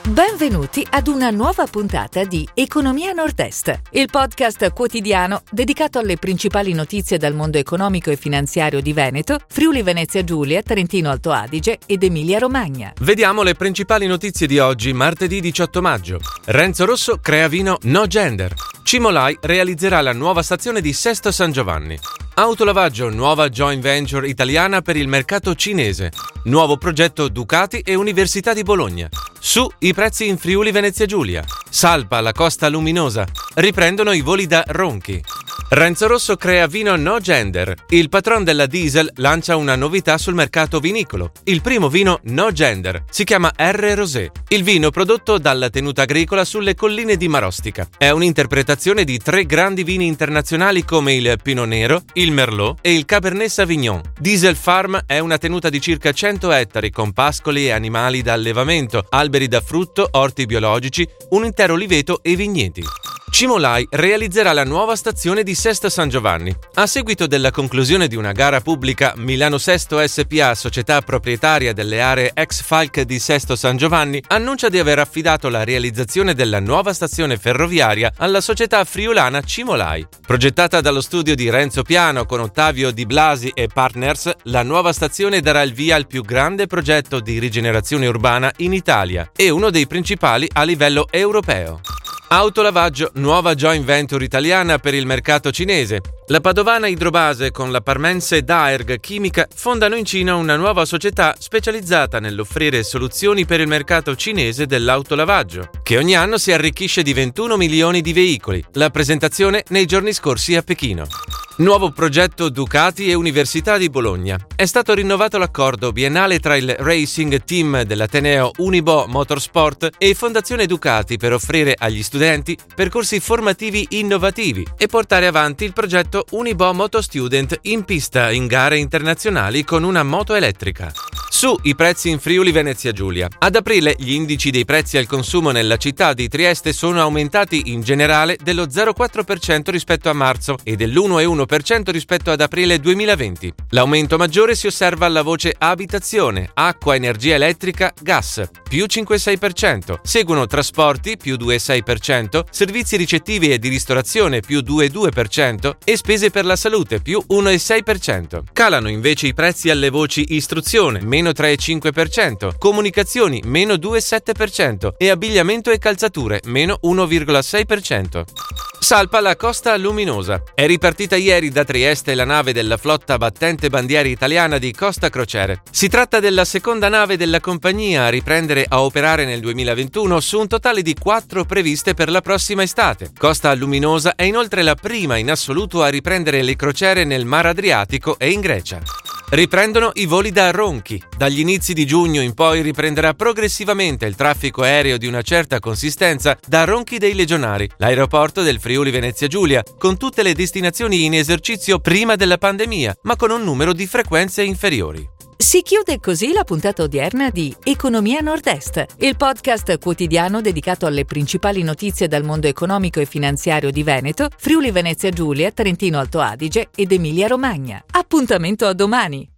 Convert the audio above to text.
Benvenuti ad una nuova puntata di Economia Nord-Est, il podcast quotidiano dedicato alle principali notizie dal mondo economico e finanziario di Veneto, Friuli Venezia Giulia, Trentino Alto Adige ed Emilia Romagna. Vediamo le principali notizie di oggi, martedì 18 maggio. Renzo Rosso crea vino no gender. Cimolai realizzerà la nuova stazione di Sesto San Giovanni. Autolavaggio, nuova joint venture italiana per il mercato cinese. Nuovo progetto Ducati e Università di Bologna. Su i prezzi in Friuli Venezia Giulia. Salpa la Costa Luminosa. Riprendono i voli da Ronchi. Renzo Rosso crea vino no gender. Il patron della Diesel lancia una novità sul mercato vinicolo. Il primo vino no gender. Si chiama R. Rosé. Il vino prodotto dalla tenuta agricola sulle colline di Marostica. È un'interpretazione di 3 grandi vini internazionali come il Pinot Nero, il Merlot e il Cabernet Sauvignon. Diesel Farm è una tenuta di circa 100 ettari con pascoli e animali da allevamento, alberi da frutto, orti biologici, un intero oliveto e vigneti. Cimolai realizzerà la nuova stazione di Sesto San Giovanni. A seguito della conclusione di una gara pubblica, Milano Sesto SpA, società proprietaria delle aree ex Falck di Sesto San Giovanni, annuncia di aver affidato la realizzazione della nuova stazione ferroviaria alla società friulana Cimolai. Progettata dallo studio di Renzo Piano con Ottavio Di Blasi e Partners, la nuova stazione darà il via al più grande progetto di rigenerazione urbana in Italia e uno dei principali a livello europeo. Autolavaggio, nuova joint venture italiana per il mercato cinese. La padovana Idrobase con la parmense Daerg Chimica fondano in Cina una nuova società specializzata nell'offrire soluzioni per il mercato cinese dell'autolavaggio, che ogni anno si arricchisce di 21 milioni di veicoli. La presentazione nei giorni scorsi a Pechino. Nuovo progetto Ducati e Università di Bologna. È stato rinnovato l'accordo biennale tra il Racing Team dell'Ateneo Unibo Motorsport e Fondazione Ducati per offrire agli studenti percorsi formativi innovativi e portare avanti il progetto Unibo Moto Student in pista in gare internazionali con una moto elettrica. Su i prezzi in Friuli Venezia Giulia. Ad aprile gli indici dei prezzi al consumo nella città di Trieste sono aumentati in generale dello 0,4% rispetto a marzo e dell'1,1% rispetto ad aprile 2020. L'aumento maggiore si osserva alla voce abitazione, acqua, energia elettrica, gas, più 5,6%. Seguono trasporti, più 2,6%, servizi ricettivi e di ristorazione, più 2,2% e spese per la salute, più 1,6%. Calano invece i prezzi alle voci istruzione, meno 3,5%, comunicazioni, meno 2,7% e abbigliamento e calzature, meno 1,6%. Salpa la Costa Luminosa. È ripartita ieri da Trieste la nave della flotta battente bandiera italiana di Costa Crociere. Si tratta della seconda nave della compagnia a riprendere a operare nel 2021 su un totale di 4 previste per la prossima estate. Costa Luminosa è inoltre la prima in assoluto a riprendere le crociere nel Mar Adriatico e in Grecia. Riprendono i voli da Ronchi. Dagli inizi di giugno in poi riprenderà progressivamente il traffico aereo di una certa consistenza da Ronchi dei Legionari, l'aeroporto del Friuli Venezia Giulia, con tutte le destinazioni in esercizio prima della pandemia, ma con un numero di frequenze inferiori. Si chiude così la puntata odierna di Economia Nord-Est, il podcast quotidiano dedicato alle principali notizie dal mondo economico e finanziario di Veneto, Friuli Venezia Giulia, Trentino Alto Adige ed Emilia Romagna. Appuntamento a domani!